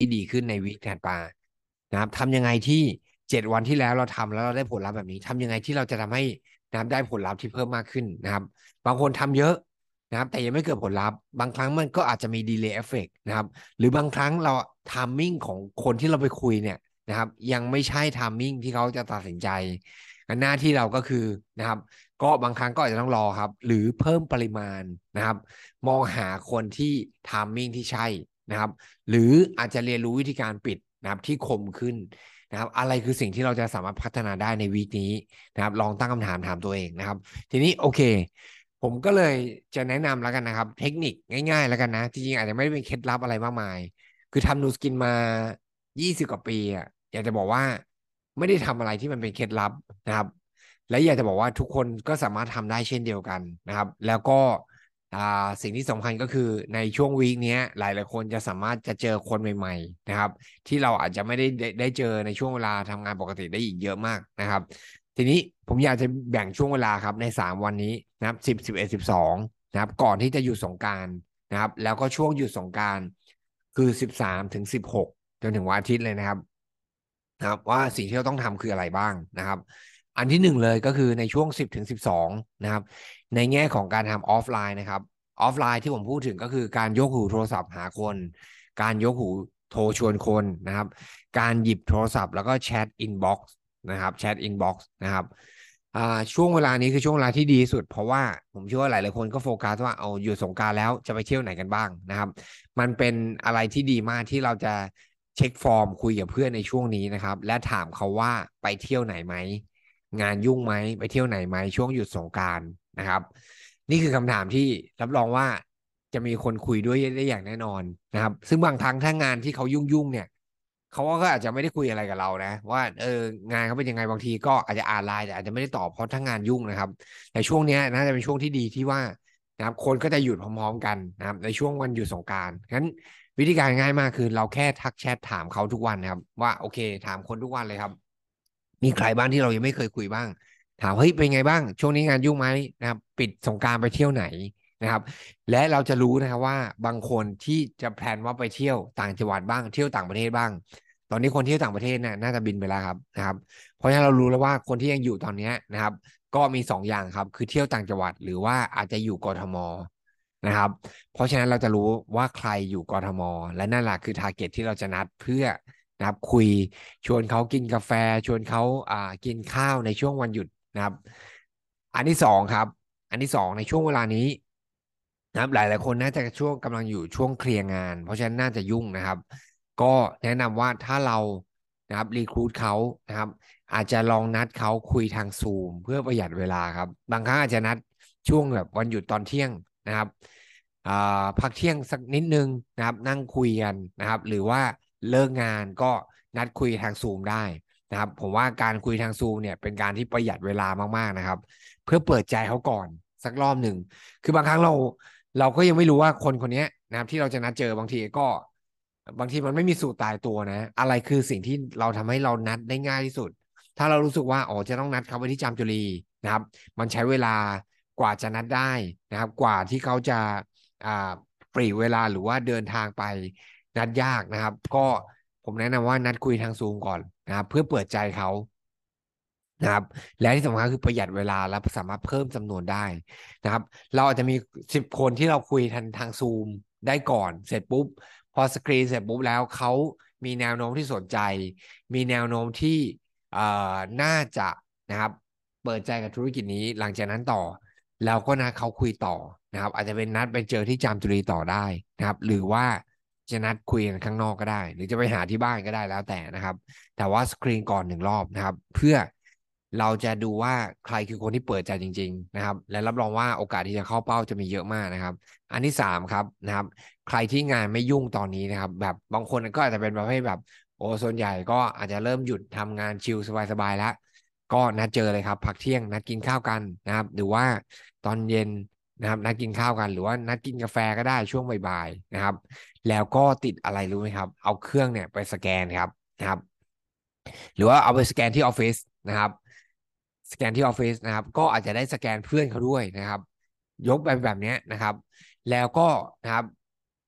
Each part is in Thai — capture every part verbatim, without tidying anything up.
ที่ดีขึ้นในวีคถัดมานะครับทำยังไงที่เจ็ดวันที่แล้วเราทำแล้วเราได้ผลลัพธ์แบบนี้ทำยังไงที่เราจะทำให้นะครับได้ผลลัพธ์ที่เพิ่มมากขึ้นนะครับบางคนทำเยอะนะครับแต่ยังไม่เกิดผลลัพธ์บางครั้งมันก็อาจจะมีดีเลย์เอฟเฟกต์นะครับหรือบางครั้งเราทามมิ่งของคนที่เราไปคุยเนี่ยนะครับยังไม่ใช่ทามมิ่งที่เขาจะตัดสินใจหน้าที่เราก็คือนะครับก็บางครั้งก็อาจจะต้องรอครับหรือเพิ่มปริมาณนะครับมองหาคนที่ทามมิ่งที่ใช่นะครับหรืออาจจะเรียนรู้วิธีการปิดนะครับที่คมขึ้นนะครับอะไรคือสิ่งที่เราจะสามารถพัฒนาได้ในวีคนี้นะครับลองตั้งคำถามถามตัวเองนะครับทีนี้โอเคผมก็เลยจะแนะนำแล้วกันนะครับเทคนิคง่ายๆแล้วกันนะจริงๆอาจจะไม่ได้เป็นเคล็ดลับอะไรมากมายคือทำนูสกินมายี่สิบกว่าปีอ่ะอยากจะบอกว่าไม่ได้ทำอะไรที่มันเป็นเคล็ดลับนะครับและอยากจะบอกว่าทุกคนก็สามารถทำได้เช่นเดียวกันนะครับแล้วก็อ่าสิ่งที่สำคัญก็คือในช่วงวีคนี้หลายๆคนจะสามารถจะเจอคนใหม่ๆนะครับที่เราอาจจะไม่ได้ได้ได้เจอในช่วงเวลาทำงานปกติได้อีกเยอะมากนะครับ ทีนี้ผมอยากจะแบ่งช่วงเวลาครับในสามวันนี้นะครับสิบ สิบเอ็ด สิบสองนะครับก่อนที่จะหยุดสงกรานต์นะครับแล้วก็ช่วงหยุดสงกรานต์คือสิบสามถึงสิบหกจนถึงวันอาทิตย์เลยนะครับนะครับว่าสิ่งที่เราต้องทำคืออะไรบ้างนะครับอันที่หนึ่งเลยก็คือในช่วงสิบถึงสิบสองนะครับในแง่ของการทำออฟไลน์นะครับออฟไลน์ที่ผมพูดถึงก็คือการยกหูโทรศัพท์หาคนการยกหูโทรชวนคนนะครับการหยิบโทรศัพท์แล้วก็แชทอินบ็อกซ์ นะครับแชทอินบ็อกซ์นะครับอ่าช่วงเวลานี้คือช่วงเวลาที่ดีที่สุดเพราะว่าผมเชื่อว่าหลายๆคนก็โฟกัสว่าเอาอยู่สงกรานต์แล้วจะไปเที่ยวไหนกันบ้างนะครับมันเป็นอะไรที่ดีมากที่เราจะเช็คฟอร์มคุยกับเพื่อนในช่วงนี้นะครับและถามเขาว่าไปเที่ยวไหนไหมงานยุ่งไหมไปเที่ยวไหนไหมช่วงหยุดสงกรานต์นะครับนี่คือคำถามที่รับรองว่าจะมีคนคุยด้วยได้อย่างแน่นอนนะครับซึ่งบางครั้งถ้างานที่เขายุ่งๆเนี่ย เขาก็อาจจะไม่ได้คุยอะไรกับเรานะว่าเอองานเขาเป็นยังไงบางทีก็อาจจะอ่านไลน์แต่อาจจะไม่ได้ตอบเพราะทั้งงานยุ่งนะครับแต่ช่วงนี้น่าจะเป็นช่วงที่ดีที่ว่านะครับคนก็จะหยุดพร้อมๆกันนะครับในช่วงวันหยุดสงกรานต์งั้นวิธีการง่ายมากคือเราแค่ทักแชทถามเขาทุกวันนะครับว่าโอเคถามคนทุกวันเลยครับมีใครบ้างที่เรายังไม่เคยคุยบ้างถามเฮ้ยเป็นไงบ้างช่วงนี้งานยุ่งไหมนะครับปิดสงกรานต์ไปเที่ยวไหนนะครับและเราจะรู้นะครับว่าบางคนที่จะแพลนว่าไปเที่ยวต่างจังหวัดบ้างเที่ยวต่างประเทศบ้าง ตอนนี้คนที่ต่างประเทศเนี่ยน่าจะบินไปแล้วครับนะครับเพราะฉะนั้นเรารู้แล้วว่าคนที่ยังอยู่ตอนนี้นะครับก็มีสองอย่างครับคือเที่ยวต่างจังหวัดหรือว่าอาจจะอยู่กทมนะครับเพราะฉะนั้นเราจะรู้ว่าใครอยู่กทมและนั่นแหละคือทาร์เก็ตที่เราจะนัดเพื่อนะครับคุยชวนเขากินกาแฟชวนเขาอ่ากินข้าวในช่วงวันหยุดนะครับอันที่สองครับอันที่สองในช่วงเวลานี้นะครับหลายๆคนน่าจะช่วงกำลังอยู่ช่วงเคลียร์งานเพราะฉะนั้นน่าจะยุ่งนะครับ ก็แนะนำว่าถ้าเรานะครับรีครูทเขานะครับอาจจะลองนัดเขาคุยทางซูมเพื่อประหยัดเวลาครับบางครั้งอาจจะนัดช่วงแบบวันหยุดตอนเที่ยงนะครับอ่าพักเที่ยงสักนิดนึงนะครับนั่งคุยกันนะครับหรือว่าเลิกงานก็นัดคุยทางซูมได้นะครับผมว่าการคุยทางซูมเนี่ยเป็นการที่ประหยัดเวลามากๆนะครับเพื่อเปิดใจเขาก่อนสักรอบหนึ่งคือบางครั้งเราเราก็ยังไม่รู้ว่าคนคนนี้นะครับที่เราจะนัดเจอบางทีก็ บางทีมันไม่มีสูตรตายตัวนะอะไรคือสิ่งที่เราทำให้เรานัดได้ง่ายที่สุดถ้าเรารู้สึกว่าอ๋อจะต้องนัดเขาไปที่จามจุรีนะครับมันใช้เวลากว่าจะนัดได้นะครับกว่าที่เขาจะอ่าปรีเวลาหรือว่าเดินทางไปนัดยากนะครับก็ผมแนะนำว่านัดคุยทางซูมก่อนนะครับเพื่อเปิดใจเขา นะครับและที่สำคัญคือประหยัดเวลาและสามารถเพิ่มจำนวนได้นะครับเราอาจจะมีสิบคนที่เราคุยทางทางซูมได้ก่อนเสร็จปุ๊บพอสกรีนเสร็จปุ๊บแล้วเขามีแนวโน้มที่สนใจมีแนวโน้มที่เอ่อน่าจะนะครับเปิดใจกับธุรกิจนี้หลังจากนั้นต่อเราก็นัดเขาคุยต่อนะครับอาจจะเป็นนัดไปเจอที่จามจุรีต่อได้นะครับหรือว่าจะนัดคุยกันข้างนอกก็ได้หรือจะไปหาที่บ้านก็ได้แล้วแต่นะครับ แต่ว่าสกรีนก่อนหนึ่งรอบนะครับเพื่อเราจะดูว่าใครคือคนที่เปิดใจจริงๆนะครับและรับรองว่าโอกาสที่จะเข้าเป้าจะมีเยอะมากนะครับอันที่สามครับนะครับใครที่งานไม่ยุ่งตอนนี้นะครับแบบบางคนก็อาจจะเป็นประเภทแบบโอ้ส่วนใหญ่ก็อาจจะเริ่มหยุดทำงานชิลสบายๆแล้วก็นัดเจอเลยครับพักเที่ยงนัดกินข้าวกันนะครับหรือว่าตอนเย็นนะครับนัดกินข้าวกันหรือว่านัดกินกาแฟก็ได้ช่วงบ่ายๆนะครับแล้วก็ติดอะไรรู้ไหมครับเอาเครื่องเนี่ยไปสแกนครับนะครับ หรือว่าเอาไปสแกนที่ออฟฟิศนะครับสแกนที่ออฟฟิศนะครับก็อาจจะได้สแกนเพื่อนเขาด้วยนะครับยกแบบแบบนี้นะครับแล้วก็นะครับ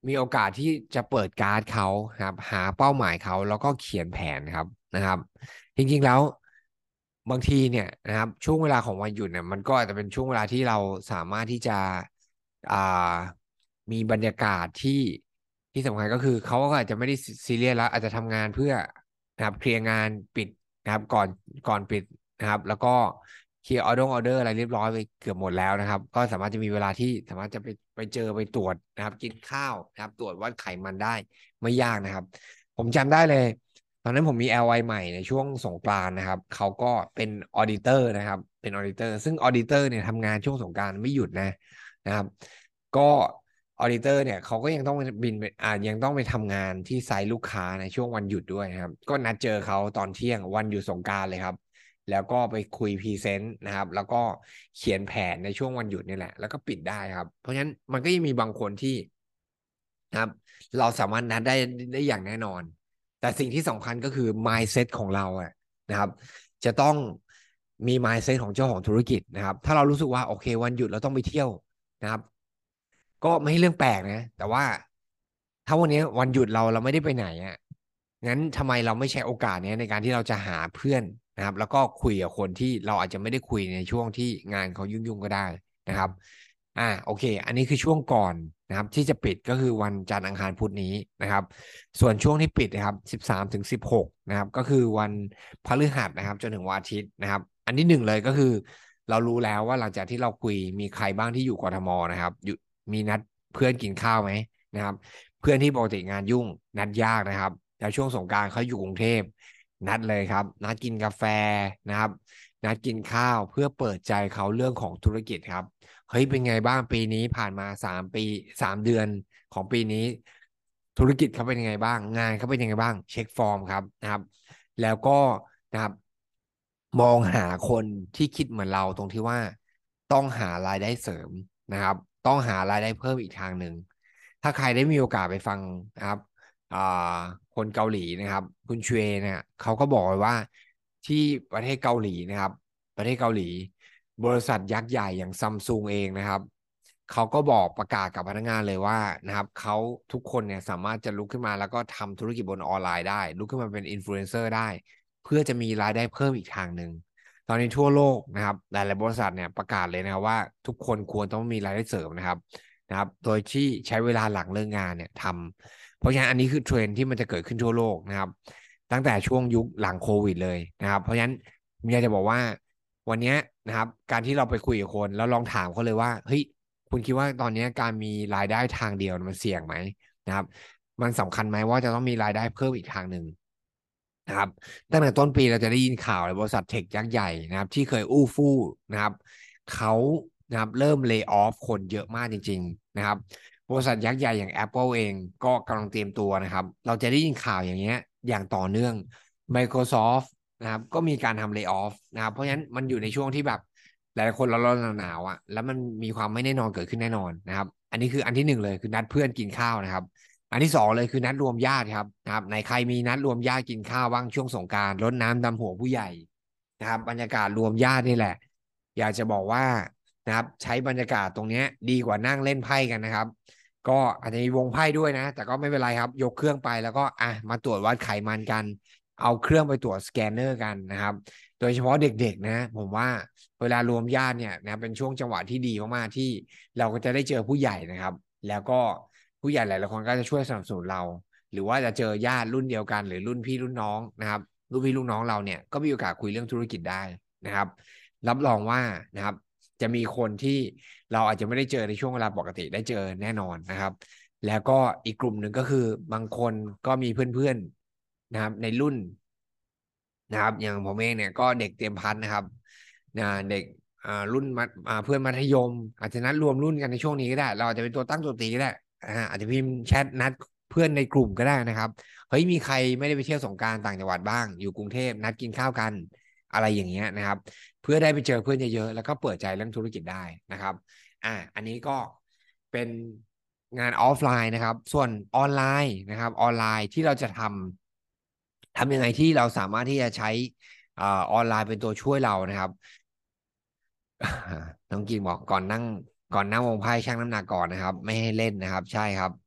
มีโอกาสที่จะเปิดการ์ดเขาครับหาเป้าหมายเขาแล้วก็เขียนแผนครับนะครับจริงๆแล้วบางทีเนี่ยนะครับช่วงเวลาของวันหยุดเนี่ยมันก็อาจจะเป็นช่วงเวลาที่เราสามารถที่จะอ่ามีบรรยากาศที่ที่สำคัญก็คือเขาก็อาจจะไม่ได้ซีเรียสแล้วอาจจะทำงานเพื่อนะครับเคลียร์งานปิดนะครับก่อนก่อนปิดนะครับแล้วก็เคลียร์ออเดอร์ออเดอร์อะไรเรียบร้อยไปเกือบหมดแล้วนะครับก็สามารถจะมีเวลาที่สามารถจะไปไปเจอไปตรวจนะครับกินข้าวนะครับตรวจวัดไขมันได้ไม่ยากนะครับผมจำได้เลยตอนนั้นผมมี แอล ไอ ใหม่ในช่วงสงกรานต์นะครับเขาก็เป็นออดิเตอร์นะครับเป็นออดิเตอร์ซึ่งออดิเตอร์เนี่ยทำงานช่วงสงกรานต์ไม่หยุดนะนะครับก็ออดิเตอร์เนี่ยเขาก็ยังต้องบินไปอ่ายังต้องไปทำงานที่ไซต์ลูกค้าในช่วงวันหยุดด้วยนะครับก็นัดเจอเขาตอนเที่ยงวันหยุดสงกรานต์เลยครับ แล้วก็ไปคุยพรีเซนต์นะครับแล้วก็เขียนแผนในช่วงวันหยุดนี่แหละแล้วก็ปิดได้ครับเพราะฉะนั้นมันก็ยังมีบางคนที่นะครับเราสามารถนัดได้ได้อย่างแน่นอนแต่สิ่งที่สำคัญก็คือ mindset ของเราอะนะครับจะต้องมี mindset ของเจ้าของธุรกิจนะครับถ้าเรารู้สึกว่าโอเควันหยุดเราต้องไปเที่ยวนะครับก็ไม่ใช่เรื่องแปลกนะแต่ว่าถ้าวันนี้วันหยุดเราเราไม่ได้ไปไหนอ่ะ งั้นทำไมเราไม่ใช้โอกาสนี้ในการที่เราจะหาเพื่อนนะครับแล้วก็คุยกับคนที่เราอาจจะไม่ได้คุยในช่วงที่งานเขายุ่งๆก็ได้นะครับอ่าโอเคอันนี้คือช่วงก่อนนะครับที่จะปิดก็คือวันจันทร์อังคารพุธนี้นะครับส่วนช่วงที่ปิดนะครับสิบสามถึงสิบหกนะครับก็คือวันพฤหัสนะครับจนถึงวันอาทิตย์นะครับอันที่หนึ่งเลยก็คือเรารู้แล้วว่าหลังจากที่เราคุยมีใครบ้างที่อยู่กทมนะครับอยู่มีนัดเพื่อนกินข้าวไหมนะครับเพื่อนที่ปกติงานยุ่งนัดยากนะครับ แล้วช่วงสงกรานต์เขาอยู่กรุงเทพนัดเลยครับนัดกินกาแฟนะครับนัดกินข้าวเพื่อเปิดใจเขาเรื่องของธุรกิจครับเฮ้ยเป็นไงบ้างปีนี้ผ่านมาสามปีสามเดือนของปีนี้ธุรกิจเขาเป็นยังไงบ้างงานเขาเป็นยังไงบ้างเช็คฟอร์มครับนะครับแล้วก็นะครับมองหาคนที่คิดเหมือนเราตรงที่ว่าต้องหารายได้เสริมนะครับต้องหารายได้เพิ่มอีกทางหนึ่งถ้าใครได้มีโอกาสไปฟังนะครับ อ่าคนเกาหลีนะครับคุณชเวเนี่ยเขาก็บอกไว้ว่าที่ประเทศเกาหลีนะครับประเทศเกาหลีบริษัทยักษ์ใหญ่อย่างซัมซุงเองนะครับเขาก็บอกประกาศกับพนักงานเลยว่านะครับเขาทุกคนเนี่ยสามารถจะลุกขึ้นมาแล้วก็ทำธุรกิจบนออนไลน์ได้ลุกขึ้นมาเป็นอินฟลูเอนเซอร์ได้เพื่อจะมีรายได้เพิ่มอีกทางหนึ่งตอนนี้ทั่วโลกนะครับหลายๆบริษัทเนี่ยประกาศเลยนะครับว่าทุกคนควรต้องมีรายได้เสริมนะครับนะครับโดยที่ใช้เวลาหลังเลิกงานเนี่ยทำ เพราะฉะนั้นอันนี้คือเทรนด์ที่มันจะเกิดขึ้นทั่วโลกนะครับตั้งแต่ช่วงยุคหลังโควิดเลยนะครับเพราะฉะนั้นมีอยากจะบอกว่าวันนี้นะครับการที่เราไปคุยกับคนแล้วลองถามเขาเลยว่าเฮ้ยคุณคิดว่าตอนนี้การมีรายได้ทางเดียวมันเสี่ยงไหมนะครับมันสำคัญไหมว่าจะต้องมีรายได้เพิ่มอีกทางหนึ่ง นะครับตั้งแต่ต้นปีเราจะได้ยินข่าวเลยบริษัทเทคยักษ์ใหญ่นะครับที่เคยอู้ฟู่นะครับเขานะครับเริ่มเลิกออฟคนเยอะมากจริงๆนะครับบริษัทยักษ์ใหญ่อย่าง Apple เองก็กำลังเตรียมตัวนะครับเราจะได้ยินข่าวอย่างเงี้ยอย่างต่อเนื่อง Microsoft นะครับก็มีการทำเลิกออฟนะครับเพราะฉะนั้นมันอยู่ในช่วงที่แบบหลายๆคนร้อนๆหนาวๆอ่ะแล้วมันมีความไม่แน่นอนเกิดขึ้นแน่นอนนะครับอันนี้คืออันที่หนึ่งเลยคือนัดเพื่อนกินข้าวนะครับ อันที่สองเลยคือนัดรวมญาติครับนะครับในใครมีนัดรวมญาติกินข้าวบ้างช่วงสงกรานต์รดน้ำดำหัวผู้ใหญ่นะครับบรรยากาศรวมญาตินี่แหละอยากจะบอกว่านะครับใช้บรรยากาศตรงนี้ดีกว่านั่งเล่นไพ่กันนะครับก็อาจจะมีวงไพ่ด้วยนะแต่ก็ไม่เป็นไรครับยกเครื่องไปแล้วก็อ่ะมาตรวจวัดไขมันกันเอาเครื่องไปตรวจสแกนเนอร์กันนะครับโดยเฉพาะเด็กๆนะผมว่าเวลารวมญาติเนี่ยนะเป็นช่วงจังหวะที่ดีมากๆที่เราก็จะได้เจอผู้ใหญ่นะครับแล้วก็ ผู้ใหญ่หลายๆคนก็จะช่วยสนับสนุนเราหรือว่าจะเจอญาติรุ่นเดียวกันหรือรุ่นพี่รุ่นน้องนะครับรุ่นพี่รุ่นน้องเราเนี่ยก็มีโอกาสคุยเรื่องธุรกิจได้นะครับรับรองว่านะครับจะมีคนที่เราอาจจะไม่ได้เจอในช่วงเวลาปกติได้เจอแน่นอนนะครับแล้วก็อีกกลุ่มหนึ่งก็คือบางคนก็มีเพื่อนๆนะครับในรุ่นนะครับอย่างผมเองเนี่ยก็เด็กเตรียมพัฒน์นะครับนะเด็กอ่ารุ่นมัธอ่าเพื่อนมัธยมอาจจะนัดรวมรุ่นกันในช่วงนี้ก็ได้เราอาจจะเป็นตัวตั้งตัวตีก็ได้ อ่าอาจจะพิมพ์แชทนัดเพื่อนในกลุ่มก็ได้นะครับเฮ้ยมีใครไม่ได้ไปเที่ยวสงกรานต์ต่างจังหวัดบ้างอยู่กรุงเทพนัดกินข้าวกันอะไรอย่างเงี้ยนะครับเพื่อได้ไปเจอเพื่อนเยอะๆแล้วก็เปิดใจเรื่องธุรกิจได้นะครับอ่าอันนี้ก็เป็นงานออฟไลน์นะครับส่วนออนไลน์นะครับออนไลน์ที่เราจะทำทำยังไงที่เราสามารถที่จะใช้อ่าออนไลน์เป็นตัวช่วยเรานะครับ น้องกินบอกก่อนนั่งก่อนนั่งวงไพ่ชั่งน้ำหนักก่อนนะครับไม่ให้เล่นนะครับใช่ครับ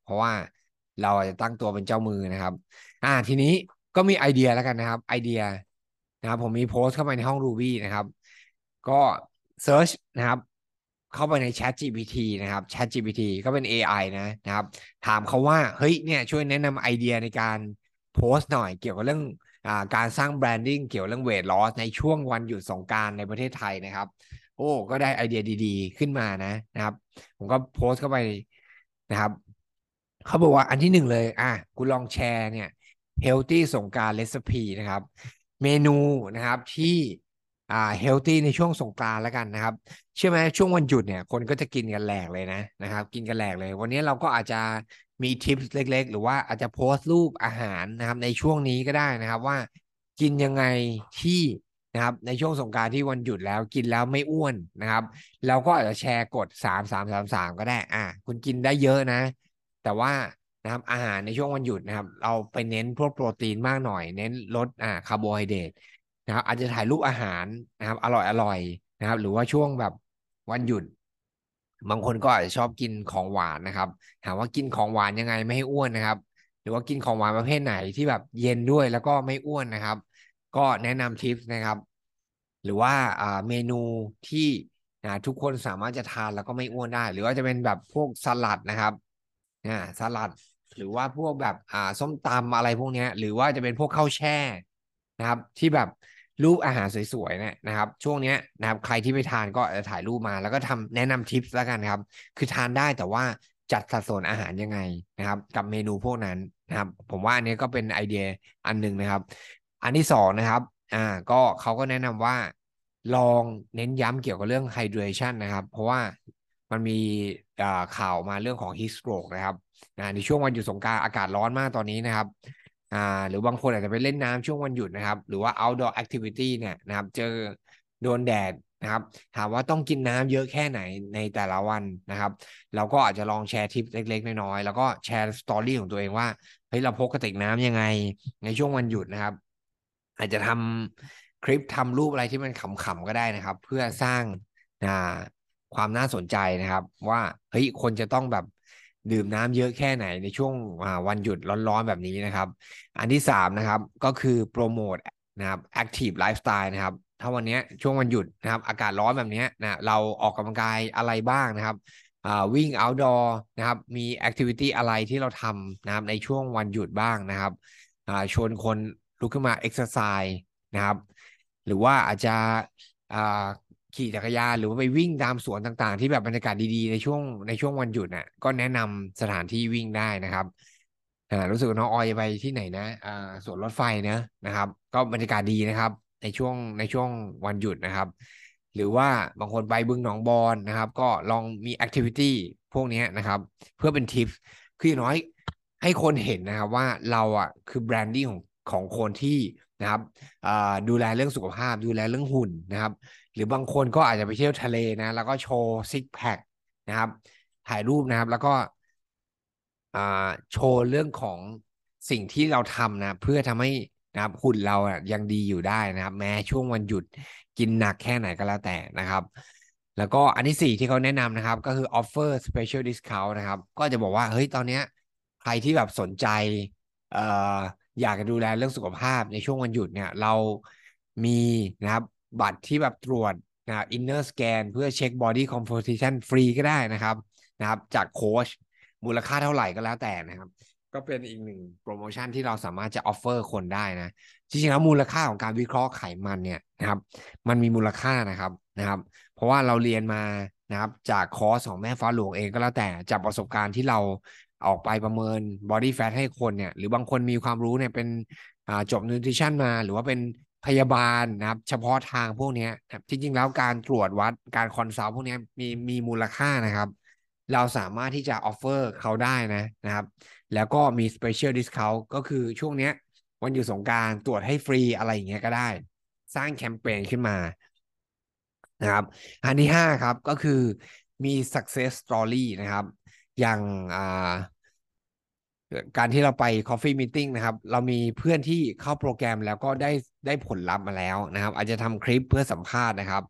เพราะว่าเราจะตั้งตัวเป็นเจ้ามือนะครับอ่าทีนี้ก็มีไอเดียแล้วกันนะครับไอเดียนะครับผมมีโพสต์เข้าไปในห้อง Ruby นะครับก็เซิร์ชนะครับเข้าไปใน Chat จี พี ที นะครับ Chat จี พี ที ก็เป็น เอ ไอ นะนะครับถามเขาว่าเฮ้ยเนี่ยช่วยแนะนำไอเดียในการโพสต์หน่อยเกี่ยวกับเรื่องอ่าการสร้างแบรนดิ้งเกี่ยวกับเรื่องเวทลอสในช่วงวันหยุดสงกรานต์ในประเทศไทยนะครับโอ้ก็ได้ไอเดียดีๆขึ้นมานะนะครับผมก็โพสต์เข้าไปนะครับเขาบอกว่าอันที่หนึ่งเลยอ่ะคุณลองแชร์เนี่ย healthy สงกรานต์ recipe นะครับเมนูนะครับที่อ่า healthy ในช่วงสงกรานต์แล้วกันนะครับเชื่อไหมช่วงวันหยุดเนี่ยคนก็จะกินกันแหลกเลยนะนะครับกินกันแหลกเลยวันนี้เราก็อาจจะมีทิปเล็กๆหรือว่าอาจจะโพสต์รูปอาหารนะครับในช่วงนี้ก็ได้นะครับว่ากินยังไงที่นะครับในช่วงสงกรานต์ที่วันหยุดแล้วกินแล้วไม่อ้วนนะครับเราก็อาจจะแชร์กฎสามสามสามสามก็ได้อ่ะคุณกินได้เยอะนะแต่ว่านะครับอาหารในช่วงวันหยุดนะครับเราไปเน้นพวกโปรตีนมากหน่อยเน้นลดอ่าคาร์โบไฮเดรตนะครับอาจจะถ่ายรูปอาหารนะครับอร่อยอร่อยนะครับหรือว่าช่วงแบบวันหยุดบางคนก็อาจจะชอบกินของหวานนะครับถามว่ากินของหวานยังไงไม่ให้อ้วนนะครับหรือว่ากินของหวานประเภทไหนที่แบบเย็นด้วยแล้วก็ไม่อ้วนนะครับก็แนะนำทิปนะครับหรือว่าอ่าเมนูที่อ่าทุกคนสามารถจะทานแล้วก็ไม่อ้วนได้หรือว่าจะเป็นแบบพวกสลัดนะครับ อ่าสลัดหรือว่าพวกแบบอ่าส้มตำอะไรพวกเนี้ยหรือว่าจะเป็นพวกข้าวแช่นะครับที่แบบรูปอาหารสวยๆเนี่ยนะครับช่วงเนี้ยนะครับใครที่ไปทานก็จะถ่ายรูปมาแล้วก็ทำแนะนำทิปแล้วกันครับคือทานได้แต่ว่าจัดสัดส่วนอาหารยังไงนะครับกับเมนูพวกนั้นนะครับผมว่าอันนี้ก็เป็นไอเดียอันหนึ่งนะครับอันที่สองนะครับอ่าก็เขาก็แนะนำว่าลองเน้นย้ำเกี่ยวกับเรื่องไฮเดรชันนะครับเพราะว่ามันมีอ่าข่าวมาเรื่องของ heat stroke นะครับ อ่าในช่วงวันหยุดสงกรานต์อากาศร้อนมากตอนนี้นะครับอ่าหรือบางคนอาจจะไปเล่นน้ำช่วงวันหยุดนะครับหรือว่า outdoor activity เนี่ยนะครับเจอโดนแดดนะครับถามว่าต้องกินน้ำเยอะแค่ไหนในแต่ละวันนะครับเราก็อาจจะลองแชร์ทิปเล็กๆน้อยๆแล้วก็แชร์สตอรี่ของตัวเองว่าเฮ้ยเราพกกระติกน้ำยังไงในช่วงวันหยุดนะครับอาจจะทำคลิปทำรูปอะไรที่มันขำๆก็ได้นะครับเพื่อสร้างอ่า ความน่าสนใจนะครับว่าเฮ้ยคนจะต้องแบบดื่มน้ำเยอะแค่ไหนในช่วงวันหยุดร้อนๆแบบนี้นะครับอันที่สามนะครับก็คือโปรโมทนะครับ Active Lifestyle นะครับถ้าวันนี้ช่วงวันหยุดนะครับอากาศร้อนแบบนี้นะเราออกกำลังกายอะไรบ้างนะครับอ่าวิ่ง outdoor นะครับมี activity อะไรที่เราทำนะครับในช่วงวันหยุดบ้างนะครับอ่าชวนคนลุกขึ้นมา exercise นะครับหรือว่าอาจจะอ่า ขี่จักรยานหรือว่าไปวิ่งตามสวนต่างๆที่แบบบรรยากาศดีๆในช่วงในช่วงวันหยุดน่ะก็แนะนำสถานที่วิ่งได้นะครับอ่ารู้สึกว่าน้องออยไปที่ไหนนะอ่าสวนรถไฟนะนะครับก็บรรยากาศดีนะครับในช่วงในช่วงวันหยุดนะครับหรือว่าบางคนไปบึงหนองบอนนะครับก็ลองมีแอคทิวิตี้พวกนี้นะครับเพื่อเป็นทิปคืออย่างน้อยให้คนเห็นนะครับว่าเราอ่ะคือแบรนดิ้งของของคนที่นะครับอ่าดูแลเรื่องสุขภาพดูแลเรื่องหุ่นนะครับ หรือบางคนก็อาจจะไปเที่ยวทะเลนะแล้วก็โชว์ซิกแพคนะครับถ่ายรูปนะครับแล้วก็อ่าโชว์เรื่องของสิ่งที่เราทำนะเพื่อทำให้นะครับหุ่นเราอ่ะยังดีอยู่ได้นะครับแม้ช่วงวันหยุดกินหนักแค่ไหนก็แล้วแต่นะครับแล้วก็อันที่สี่ที่เขาแนะนำนะครับก็คือ offer special discount นะครับก็จะบอกว่าเฮ้ยตอนเนี้ยใครที่แบบสนใจเอ่ออยากจะดูแลเรื่องสุขภาพในช่วงวันหยุดเนี่ยเรามีนะครับบัตรที่แบบตรวจนะ inner scan เพื่อเช็ค body composition ฟรีก็ได้นะครับนะครับจากโค้ชมูลค่าเท่าไหร่ก็แล้วแต่นะครับก็เป็นอีกหนึ่งโปรโมชั่นที่เราสามารถจะออฟเฟอร์คนได้นะจริงๆแล้วมูลค่าของการวิเคราะห์ไขมันเนี่ยนะครับมันมีมูลค่านะครับนะครับเพราะว่าเราเรียนมานะครับจากคอร์สของแม่ฟ้าหลวงเองก็แล้วแต่จากประสบการณ์ที่เราออกไปประเมิน body fat ให้คนเนี่ยหรือบางคนมีความรู้เนี่ยเป็น อ่าจบนิวทริชั่นมาหรือว่าเป็นพยาบาลนะครับเฉพาะทางพวกนี้ครับจริงๆแล้วการตรวจวัดการคอนซัลท์พวกนี้มีมีมูลค่านะครับเราสามารถที่จะออฟเฟอร์เขาได้นะนะครับแล้วก็มี Special Discount ก็คือช่วงเนี้ยวันหยุดสงกรานต์ตรวจให้ฟรีอะไรอย่างเงี้ยก็ได้สร้างแคมเปญขึ้นมานะครับอันที่ห้าครับก็คือมี success story นะครับอย่างอ่า การที่เราไป Coffee Meeting นะครับเรามีเพื่อนที่เข้าโปรแกรมแล้วก็ได้ได้ผลลัพธ์มาแล้วนะครับอาจจะทำคลิปเพื่อสัมภาษณ์นะครับ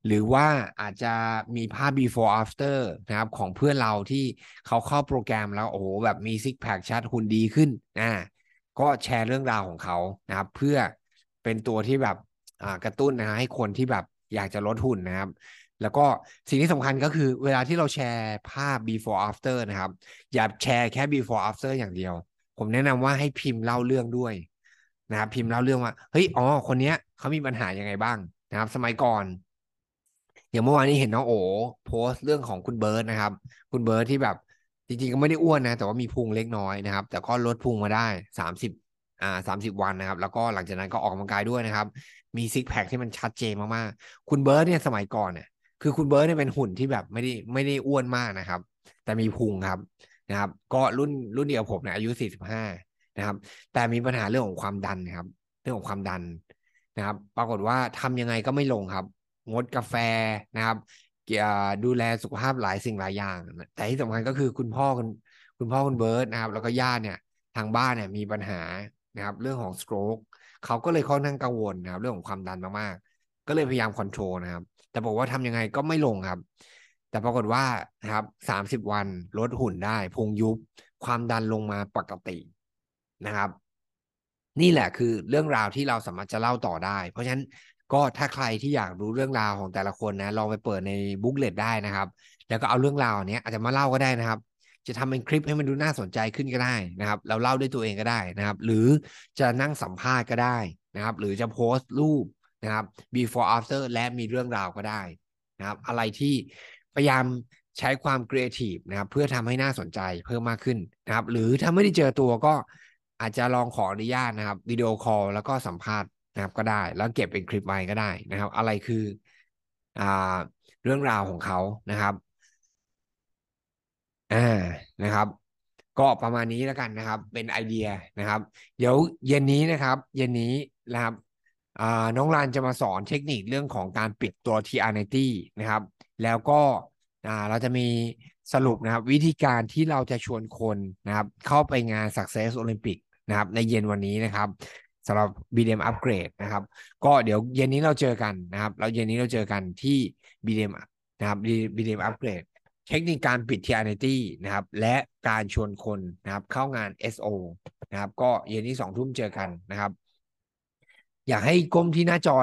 หรือว่าอาจจะมีภาพ before after นะครับของเพื่อนเราที่เขาเข้าโปรแกรมแล้วโอ้โหแบบมีซิกแพคชัดหุ่นดีขึ้นอ่าก็แชร์เรื่องราวของเขานะครับเพื่อเป็นตัวที่แบบอ่ากระตุ้นนะฮะให้คนที่แบบอยากจะลดหุ่นนะครับแล้วก็สิ่งที่สำคัญก็คือเวลาที่เราแชร์ภาพ before after นะครับอย่าแชร์แค่ before after อย่างเดียวผมแนะนำว่าให้พิมพ์เล่าเรื่องด้วยนะครับพิมพ์เล่าเรื่องว่าเฮ้ยอ๋อคนเนี้ยเขามีปัญหายังไงบ้างนะครับสมัยก่อน อย่างเมื่อวานนี้เห็นน้องโอโพสต์เรื่องของคุณเบิร์ดนะครับคุณเบิร์ดที่แบบจริงๆก็ไม่ได้อ้วนนะแต่ว่ามีพุงเล็กน้อยนะครับแต่ก็ลดพุงมาได้สามสิบอ่าสามสิบวันนะครับแล้วก็หลังจากนั้นก็ออกกำลังกายด้วยนะครับมีซิกแพคที่มันชัดเจนมากๆคุณเบิร์ดเนี่ยสมัยก่อนเนี่ยคือคุณเบิร์ดเนี่ยเป็นหุ่นที่แบบไม่ได้ไม่ได้อ้วนมากนะครับแต่มีพุงครับนะครับก็รุ่นรุ่นเดียวผมเนี่ยอายุสี่สิบห้านะครับแต่มีปัญหาเรื่องของความดันนะครับเรื่องของความดันนะครับปรากฏว่าทำยังไงก็ไม่ลงครับ งดกาแฟนะครับเกี่ยวดูแลสุขภาพหลายสิ่งหลายอย่างแต่ที่สำคัญก็คือคุณพ่อคุณคุณพ่อคุณเบิร์ตนะครับแล้วก็ญาติเนี่ยทางบ้านเนี่ยมีปัญหานะครับเรื่องของสโตรกเขาก็เลยค่อนข้างกังวลนะครับเรื่องของความดันมากๆก็เลยพยายามคอนโทรลนะครับแต่บอกว่าทำยังไงก็ไม่ลงครับแต่ปรากฏว่านะครับสามสิบวันลดหุ่นได้พุงยุบความดันลงมาปกตินะครับ นี่แหละคือเรื่องราวที่เราสามารถจะเล่าต่อได้เพราะฉะนั้นก็ถ้าใครที่อยากรู้เรื่องราวของแต่ละคนนะลองไปเปิดในบุ๊กเลตได้นะครับแล้วก็เอาเรื่องราวเนี้ยอาจจะมาเล่าก็ได้นะครับจะทำเป็นคลิปให้มันดูน่าสนใจขึ้นก็ได้นะครับเราเล่าด้วยตัวเองก็ได้นะครับหรือจะนั่งสัมภาษณ์ก็ได้นะครับหรือจะโพสต์รูปนะครับ before after และมีเรื่องราวก็ได้นะครับอะไรที่พยายามใช้ความครีเอทีฟนะครับเพื่อทำให้น่าสนใจเพิ่มมากขึ้นนะครับหรือถ้าไม่ได้เจอตัวก็ อาจจะลองขออนุญาตนะครับวิดีโอคอลแล้วก็สัมภาษณ์นะครับก็ได้แล้วเก็บเป็นคลิปไว้ก็ได้นะครับอะไรคืออ่าเรื่องราวของเขานะครับ อ่านะครับก็ประมาณนี้แล้วกันนะครับเป็นไอเดียนะครับเดี๋ยวเย็นนี้นะครับเย็นนี้นะครับอ่าน้องรานจะมาสอนเทคนิคเรื่องของการปิดตัว ที อาร์ ไนน์ตี้ นะครับแล้วก็อ่าเราจะมีสรุปนะครับวิธีการที่เราจะชวนคนนะครับเข้าไปงาน Success Olympic นะครับในเย็นวันนี้นะครับสำหรับ บี ดี เอ็ม Upgrade นะครับก็เดี๋ยวเย็นนี้เราเจอกันนะครับแล้วเย็นนี้เราเจอกันที่ บี ดี เอ็ม นะครับ บี ดี เอ็ม Upgrade เทคนิคการปิด ที อาร์ ไนน์ตี้ นะครับและการชวนคนนะครับเข้างาน เอส โอ นะครับก็เย็นนี้สองทุ่มเจอกันนะครับอยากให้ก้มที่หน้าจอ